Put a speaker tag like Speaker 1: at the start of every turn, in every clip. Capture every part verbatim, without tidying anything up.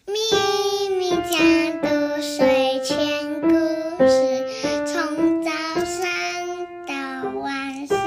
Speaker 1: 咪咪家的睡前故事，从早上到晚上，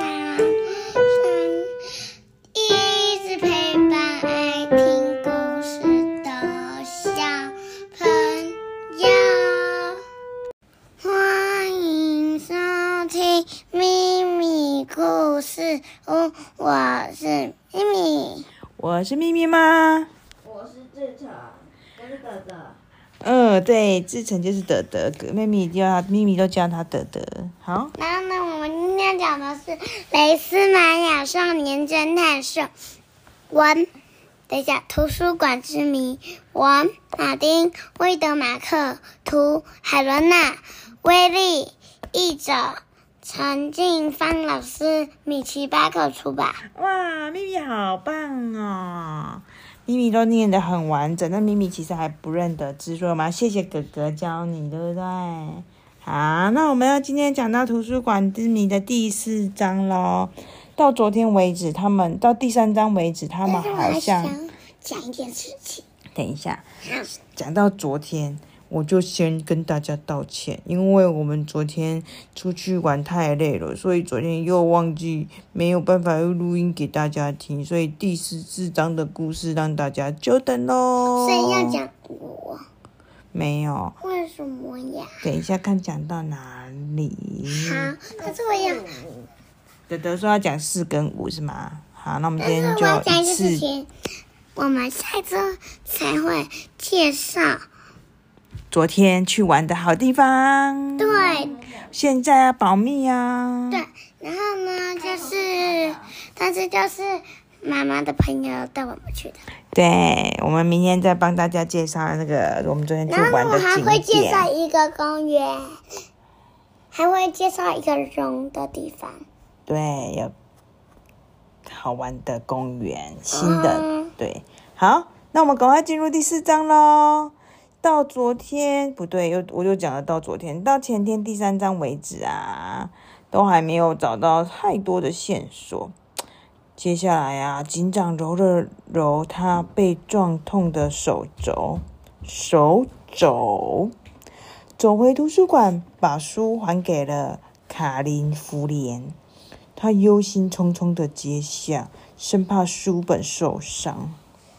Speaker 1: 一直陪伴爱听故事的小朋友。欢迎收听咪咪故事屋，我是咪咪，
Speaker 2: 我是咪咪吗？
Speaker 3: 我是志成，我是德德。
Speaker 2: 嗯，对，志成就是德德，妹妹叫他咪咪都叫他德德。好，
Speaker 1: 然后呢，我们今天讲的是《雷斯玛雅少年侦探社》文，等一下，图书馆之谜文，马丁·威德马克，图海伦娜·威利，译者陈静芳老师，米奇巴克出版。
Speaker 2: 哇，咪咪好棒哦！咪咪都念得很完整，那咪咪其实还不认得字，所以我们要谢谢哥哥教你，对不对？好，那我们要今天讲到图书馆之谜的第四章咯。到昨天为止，他们到第三章为止，他们好像
Speaker 1: 讲一件事情。
Speaker 2: 等一下，讲到昨天，我就先跟大家道歉，因为我们昨天出去玩太累了，所以昨天又忘记没有办法录音给大家听，所以第十四章的故事让大家久等咯。
Speaker 1: 所以要讲我？
Speaker 2: 没有。
Speaker 1: 为什么呀？
Speaker 2: 等一下看讲到哪里。
Speaker 1: 好，可是我要。
Speaker 2: 德德说要讲四跟五是吗？好，那我们今天
Speaker 1: 但是我要
Speaker 2: 就
Speaker 1: 讲一件
Speaker 2: 一次
Speaker 1: 事情，我们下一周才会介绍。
Speaker 2: 昨天去玩的好地方。
Speaker 1: 对
Speaker 2: 现在要保密啊。
Speaker 1: 对，然后呢，就是但是就是妈妈的朋友带我们去的。
Speaker 2: 对，我们明天再帮大家介绍那个我们昨天去
Speaker 1: 然后
Speaker 2: 玩的
Speaker 1: 我还
Speaker 2: 景
Speaker 1: 会介绍
Speaker 2: 点。
Speaker 1: 一个公园，还会介绍一个绒的地方。
Speaker 2: 对，有好玩的公园，新的、
Speaker 1: 嗯、
Speaker 2: 对。好，那我们赶快进入第四章咯。到昨天不对，又我就讲了到昨天，到前天第三章为止啊，都还没有找到太多的线索。接下来啊，警长揉了揉他被撞痛的手肘，手肘，走回图书馆，把书还给了卡林福莲。他忧心忡忡的接下，生怕书本受伤。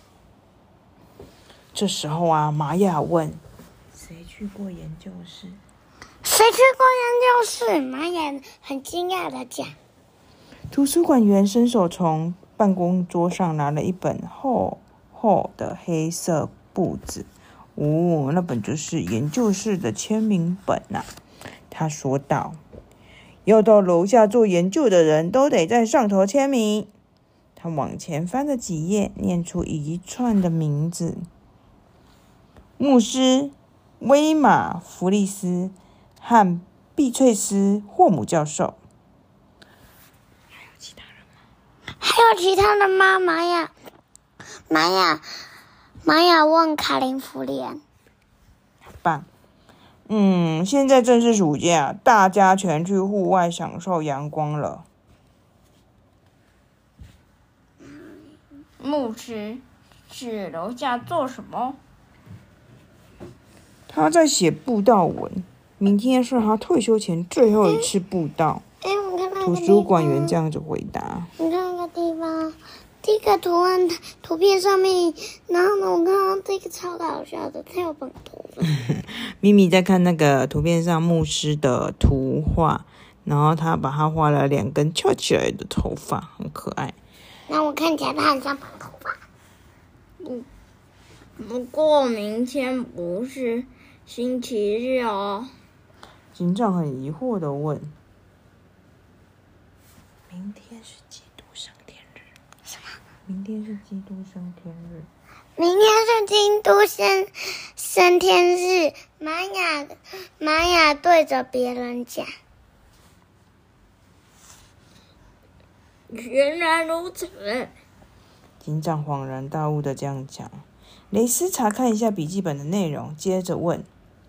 Speaker 2: 这时候啊，玛雅问：“谁去过研究室？”“
Speaker 1: 谁去过研究室？”玛雅很惊讶的讲。
Speaker 2: 图书馆员伸手从办公桌上拿了一本厚厚的黑色簿子。哦，那本就是研究室的签名本啊。他说道：“要到楼下做研究的人都得在上头签名。”他往前翻了几页，念出一串的名字：牧师威马弗利斯和碧翠丝霍姆教授。还有其他人吗？
Speaker 1: 还有其他的吗？玛雅，玛雅，玛雅问卡林福莲。
Speaker 2: 好棒。嗯，现在正是暑假，大家全去户外享受阳光了。
Speaker 3: 牧师去楼下做什么？
Speaker 2: 他在写布道文，明天是他退休前最后一次布道。
Speaker 1: 哎，我看到
Speaker 2: 图书馆员这样子回答。
Speaker 1: 你看那个地方，这个图案图片上面，然后呢，我看到这个超搞笑的，它有绑头发。
Speaker 2: 咪咪在看那个图片上牧师的图画，然后他把他画了两根翘起来的头发，很可爱。
Speaker 1: 那我看起来它很像绑头发。
Speaker 3: 不，不过明天不是星期日哦。
Speaker 2: 警长很疑惑的问：“明天是基督升天日？什么？明天是基督升天日？
Speaker 1: 明天是基督升升天日。”玛雅玛雅对着别人讲。
Speaker 3: 原来如此。
Speaker 2: 警长恍然大悟的这样讲。雷斯查看一下笔记本的内容，接着问：“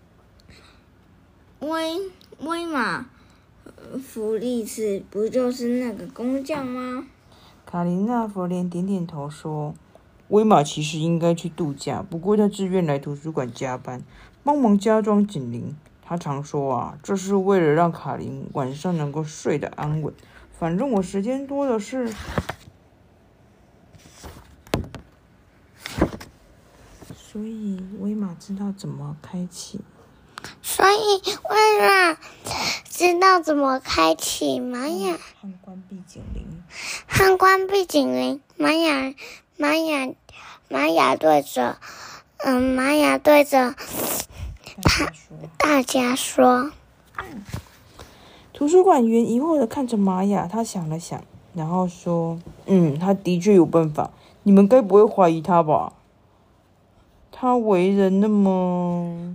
Speaker 3: 威威马弗利斯不就是那个工匠吗？”
Speaker 2: 卡琳娜·弗莲点点头说：“ 威玛其实应该去度假，不过他自愿来图书馆加班，帮忙加装警铃。他常说啊，这是为了让卡琳晚上能够睡得安稳。反正我时间多的是。所以威玛知道怎么开启。
Speaker 1: 所以威玛知道怎么开启玛雅
Speaker 2: 和关闭警铃。
Speaker 1: 和关闭警铃。玛雅玛雅玛雅对着，嗯，玛雅对着他大家说。
Speaker 2: 图书馆员疑惑地看着玛雅，他想了想，然后说：“嗯，他的确有办法。你们该不会怀疑他吧？他为人那么……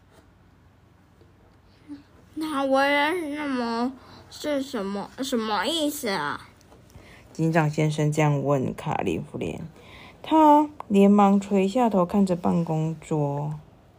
Speaker 3: 他为人那么是什么什么意思啊？”
Speaker 2: 警长先生这样问卡琳弗莲，他连忙垂下头看着办公桌。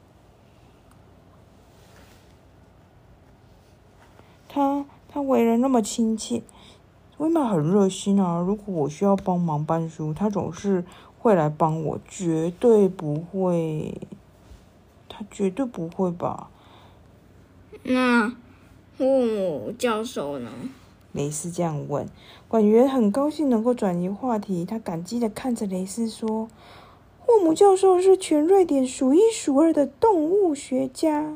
Speaker 2: 他他为人那么亲切，威玛很热心啊。如果我需要帮忙搬书，他总是会来帮我，绝对不会，他绝对不会吧？
Speaker 3: 那霍姆教授呢？
Speaker 2: 雷斯这样问。管员很高兴能够转移话题，他感激地看着雷斯说：“霍姆教授是全瑞典数一数二的动物学家。”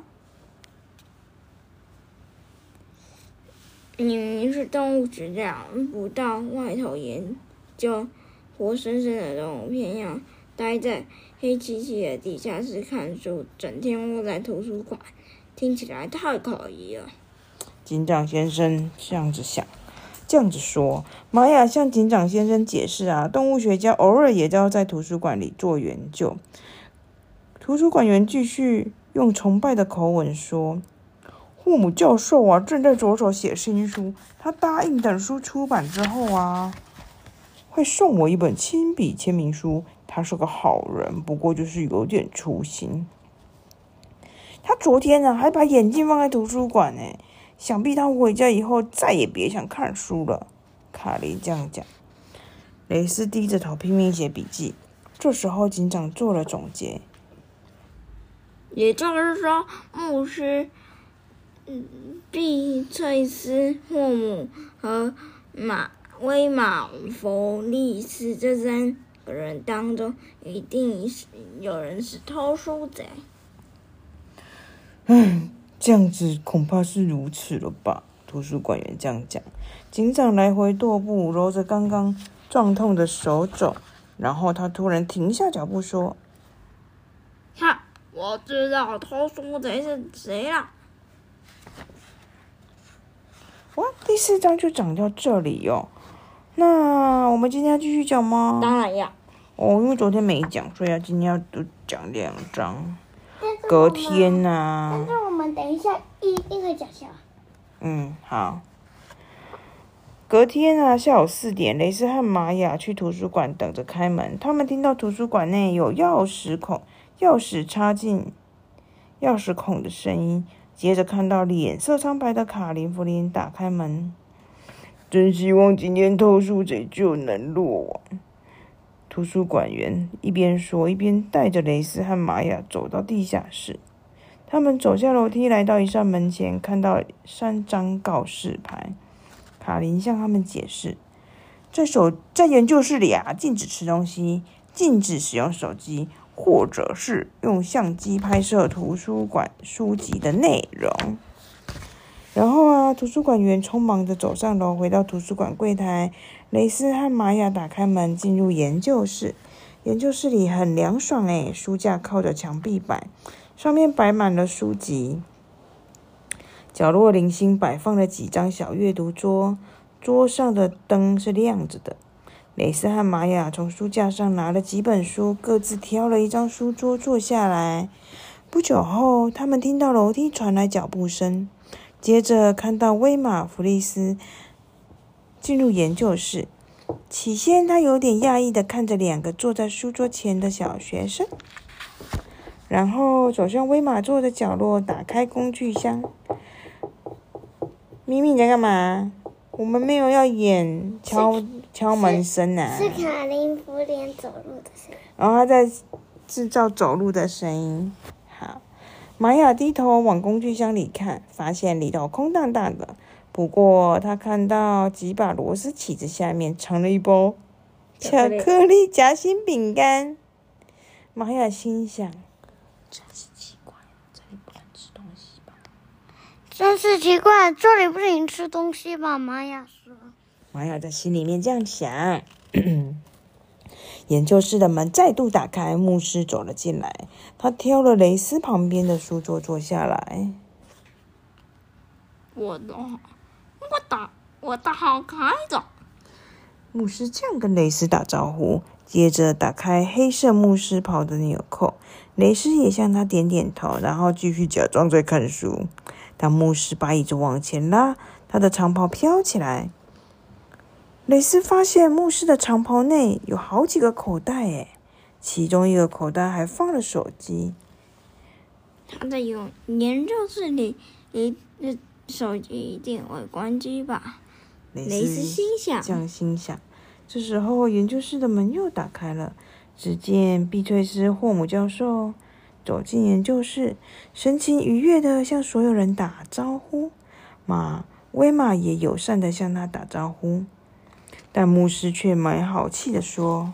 Speaker 3: 你明是动物学家，不到外头研究活生生的动物，偏要待在黑漆漆的地下室看书，整天窝在图书馆，听起来太可疑了。
Speaker 2: 警长先生这样子想，这样子说。玛雅向警长先生解释啊，动物学家偶尔也要在图书馆里做研究。图书馆员继续用崇拜的口吻说：“霍姆教授啊，正在着手写新书。他答应等书出版之后啊，会送我一本亲笔签名书。他是个好人，不过就是有点粗心。他昨天啊，还把眼镜放在图书馆呢。想必他回家以后再也别想看书了。”卡琳这样讲。雷斯低着头拼命写笔记。这时候，警长做了总结。
Speaker 3: 也就是说，牧师。毕翠斯、霍姆和马威马弗利斯这三个人当中，一定有人是偷书贼。
Speaker 2: 嗯，这样子恐怕是如此了吧？图书馆员这样讲。警长来回踱步，揉着刚刚撞痛的手肘，然后他突然停下脚步说：“
Speaker 3: 哈，我知道偷书贼是谁了。”
Speaker 2: 哇，第四章就讲到这里哦。那我们今天要继续讲吗？
Speaker 3: 当然要。
Speaker 2: 哦，因为昨天没讲，所以要今天要多讲两章。隔天呐、啊。
Speaker 1: 但是我们等一下一定会讲下。
Speaker 2: 嗯，好。隔天啊，下午四点，雷斯和玛雅去图书馆等着开门。他们听到图书馆内有钥匙孔、钥匙插进钥匙孔的声音。接着看到脸色苍白的卡琳弗琳打开门，真希望今天偷书贼就能落网。图书馆员一边说，一边带着雷斯和玛雅走到地下室。他们走下楼梯，来到一扇门前，看到三张告示牌。卡琳向他们解释，在手在研究室里啊，禁止吃东西，禁止使用手机。或者是用相机拍摄图书馆书籍的内容。然后啊，图书馆员匆忙地走上楼，回到图书馆柜台。雷斯和玛雅打开门，进入研究室。研究室里很凉爽诶，书架靠着墙壁板，上面摆满了书籍。角落零星摆放了几张小阅读桌，桌上的灯是亮着的。雷斯和玛雅从书架上拿了几本书，各自挑了一张书桌坐下来。不久后，他们听到楼梯传来脚步声，接着看到威马弗利斯进入研究室。起先，他有点讶异地看着两个坐在书桌前的小学生，然后走向威马坐的角落，打开工具箱。咪咪，你在干嘛？我们没有要演敲敲门声啊！
Speaker 1: 是卡琳弗莲走路的声音。
Speaker 2: 然后他在制造走路的声音。好，玛雅低头往工具箱里看，发现里头空荡荡的。不过他看到几把螺丝起子下面藏了一包巧克力夹心饼干。玛雅心想：真是奇怪，这里不能吃东西吧？
Speaker 1: 真是奇怪，这里不能吃东西吧？玛雅说。
Speaker 2: 玛雅在心里面这样想。研究室的门再度打开，牧师走了进来。他挑了蕾丝旁边的书桌坐下来。
Speaker 3: 我的，我打，我打好开的。
Speaker 2: 牧师这样跟蕾丝打招呼，接着打开黑色牧师袍的纽扣。蕾丝也向他点点头，然后继续假装在看书。当牧师把椅子往前拉，他的长袍飘起来。蕾丝发现牧师的长袍内有好几个口袋诶，其中一个口袋还放了手机。
Speaker 3: 他在用研究室里，一手机一定会关机吧？蕾丝心想。
Speaker 2: 这样心想。这时候，研究室的门又打开了，只见碧翠丝霍姆教授走进研究室，神情愉悦地向所有人打招呼。马威玛也友善地向他打招呼。但牧师却没好气地说：“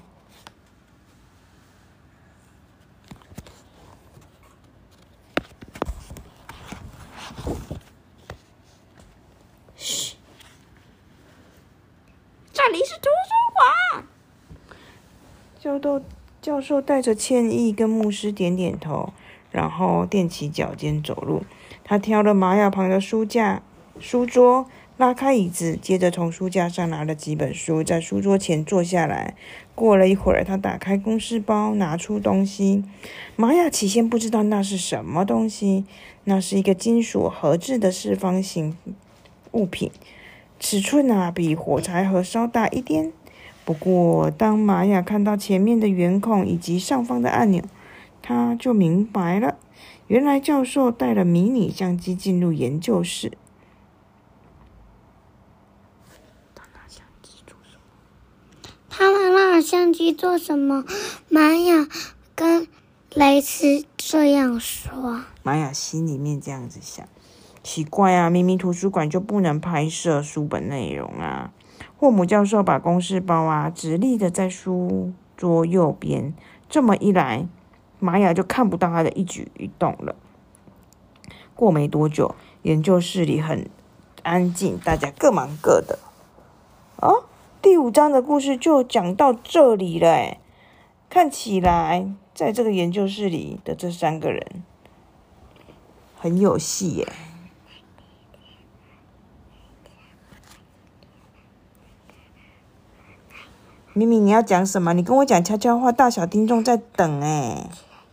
Speaker 3: 嘘，这里是图书馆。”
Speaker 2: 教授教授带着歉意跟牧师点点头，然后踮起脚尖走路。他挑了玛雅旁的书架、书桌。拉开椅子，接着从书架上拿了几本书，在书桌前坐下来。过了一会儿，他打开公事包，拿出东西。玛雅起先不知道那是什么东西，那是一个金属合制的四方形物品，尺寸啊比火柴盒稍大一点。不过，当玛雅看到前面的圆孔以及上方的按钮，他就明白了，原来教授带了迷你相机进入研究室。
Speaker 1: 他们拿相机做什么？玛雅跟蕾丝这样说。
Speaker 2: 玛雅心里面这样子想：奇怪啊，明明图书馆就不能拍摄书本内容啊！霍姆教授把公事包啊直立的在书桌右边，这么一来，玛雅就看不到他的一举一动了。过没多久，研究室里很安静，大家各忙各的。哦。第五章的故事就讲到这里了诶，看起来在这个研究室里的这三个人很有戏耶。明明你要讲什么？你跟我讲悄悄话，大小听众在等诶。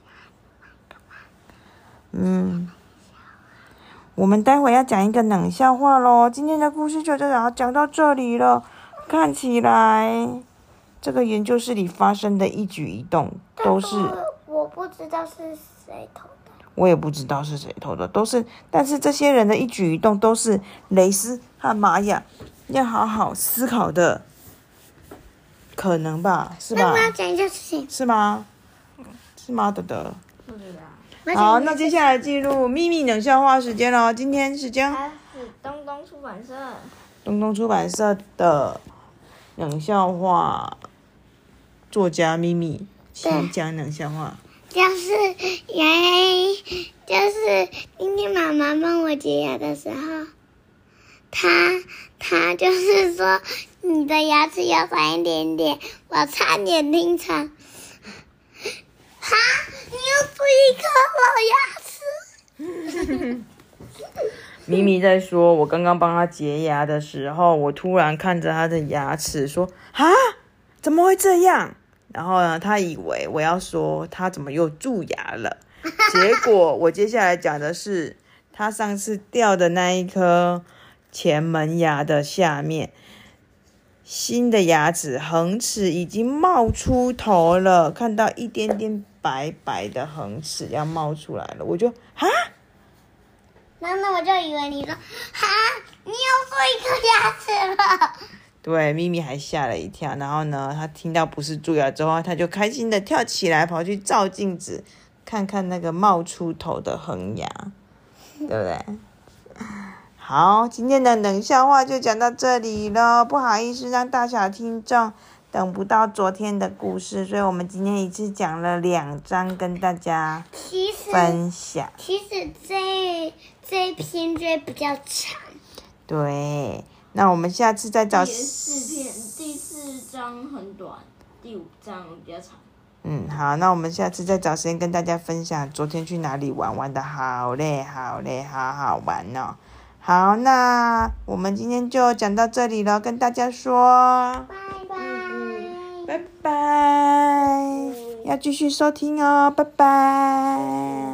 Speaker 2: 嗯，我们待会要讲一个冷笑话咯。今天的故事就讲到这里了。看起来，这个研究室里发生的一举一动都是……
Speaker 1: 我不知道是谁偷的。
Speaker 2: 我也不知道是谁偷的，都是……但是这些人的一举一动都是蕾丝和玛雅要好好思考的，可能吧？是吧？
Speaker 1: 那我要讲一件事情。
Speaker 2: 是吗？是吗？德德。
Speaker 3: 不知道。
Speaker 2: 好，那接下来进入秘密冷笑话时间咯。今天是将
Speaker 3: 它是东东出版社。
Speaker 2: 东东出版社的冷笑话作家咪咪，请讲冷笑话。
Speaker 1: 就是原就是今天妈妈帮我洁牙的时候，她她就是说你的牙齿要长一点点，我差点听成，哈，你又是一颗老牙齿。
Speaker 2: 咪咪在说，我刚刚帮他洁牙的时候，我突然看着他的牙齿说：“啊，怎么会这样？”然后呢，他以为我要说他怎么又蛀牙了，结果我接下来讲的是他上次掉的那一颗前门牙的下面，新的牙齿恒齿已经冒出头了，看到一点点白白的恒齿要冒出来了，我就啊。
Speaker 1: 然后呢，我就以为你说，哈，你又说一颗牙齿了。
Speaker 2: 对，咪咪还吓了一跳。然后呢，他听到不是蛀牙之后，他就开心的跳起来，跑去照镜子，看看那个冒出头的恒牙，对不对？好，今天的冷笑话就讲到这里了。不好意思，让大小听众等不到昨天的故事，所以我们今天一次讲了两章跟大家分享。
Speaker 1: 其实，其实这这一篇就比较长。
Speaker 2: 对，那我们下次再找。
Speaker 3: 第四篇，第四章很短，第五章比较长。
Speaker 2: 嗯，好，那我们下次再找时间跟大家分享昨天去哪里玩，玩的好嘞，好嘞，好好玩哦。好，那我们今天就讲到这里了，跟大家说
Speaker 1: 拜拜，
Speaker 2: 拜拜，要继续收听哦，拜拜。